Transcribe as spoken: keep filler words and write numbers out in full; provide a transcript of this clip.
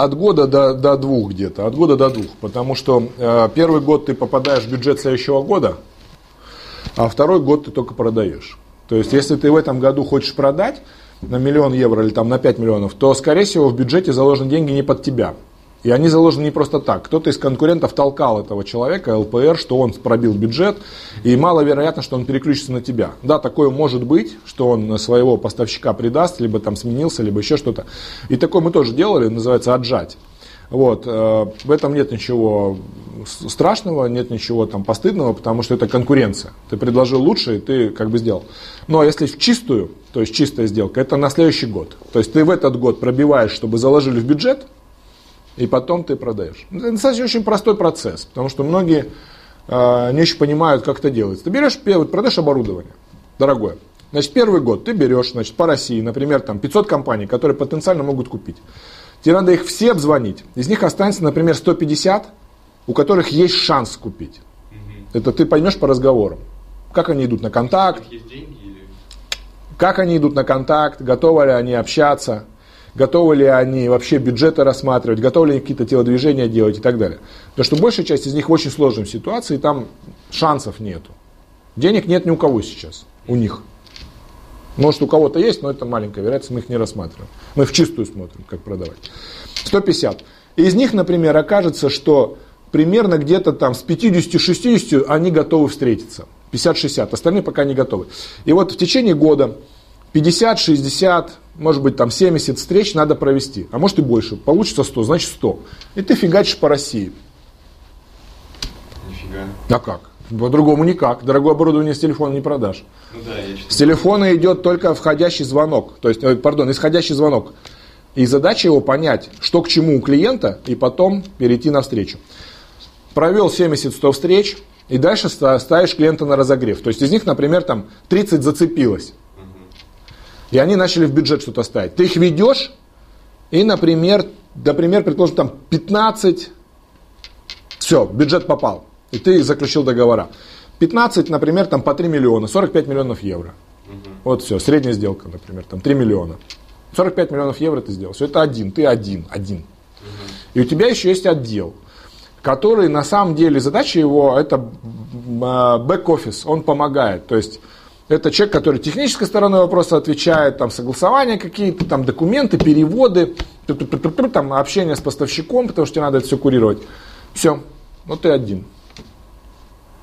от года до, до двух где-то, от года до двух, потому что э, первый год ты попадаешь в бюджет следующего года, а второй год ты только продаешь. То есть, если ты в этом году хочешь продать на миллион евро или там на пять миллионов, то, скорее всего, в бюджете заложены деньги не под тебя. И они заложены не просто так. Кто-то из конкурентов толкал этого человека, эл пэ эр, что он пробил бюджет, и маловероятно, что он переключится на тебя. Да, такое может быть, что он своего поставщика предаст, либо там сменился, либо еще что-то. И такое мы тоже делали, называется отжать. Вот. В этом нет ничего страшного, нет ничего там постыдного, потому что это конкуренция. Ты предложил лучше, и ты как бы сделал. Но если в чистую, то есть чистая сделка, это на следующий год. То есть ты в этот год пробиваешь, чтобы заложили в бюджет, и потом ты продаешь. Это, кстати, очень простой процесс, потому что многие э, не очень понимают, как это делается. Ты берешь, продаешь оборудование дорогое. Значит, первый год ты берешь, значит, по России, например, там пятьсот компаний, которые потенциально могут купить. Тебе надо их все обзвонить. Из них останется, например, сто пятьдесят, у которых есть шанс купить. Угу. Это ты поймешь по разговорам. Как они идут на контакт, есть деньги, или... как они идут на контакт, готовы ли они общаться. Готовы ли они вообще бюджеты рассматривать, готовы ли они какие-то телодвижения делать и так далее. Потому что большая часть из них в очень сложной ситуации, и там шансов нету. Денег нет ни у кого сейчас, у них. Может, у кого-то есть, но это маленькая вероятность, мы их не рассматриваем. Мы в чистую смотрим, как продавать. сто пятьдесят. И из них, например, окажется, что примерно где-то там с пятьдесят-шестьдесят они готовы встретиться. пятьдесят-шестьдесят, остальные пока не готовы. И вот в течение года пятьдесят-шестьдесят, может быть, там семьдесят встреч надо провести. А может и больше. Получится сто, значит сто. И ты фигачишь по России. Нифига. А как? По-другому никак. Дорогое оборудование с телефона не продашь. Ну да, я с телефона идет только входящий звонок. То есть, пардон, исходящий звонок. И задача его понять, что к чему у клиента, и потом перейти навстречу. Провел семьдесят-сто встреч, и дальше ставишь клиента на разогрев. То есть, из них, например, там тридцать зацепилось. И они начали в бюджет что-то ставить. Ты их ведешь, и, например, например, предположим, там пятнадцать, все, бюджет попал, и ты заключил договора. пятнадцать, например, там по три миллиона, сорок пять миллионов евро. Угу. Вот все, средняя сделка, например, там три миллиона. сорок пять миллионов евро ты сделал. Все, это один, ты один, один. Угу. И у тебя еще есть отдел, который на самом деле, задача его, это бэк-офис, он помогает. То есть, это человек, который технической стороной вопроса отвечает, там согласования какие-то, там документы, переводы, там общение с поставщиком, потому что тебе надо это все курировать. Все, ну ты один.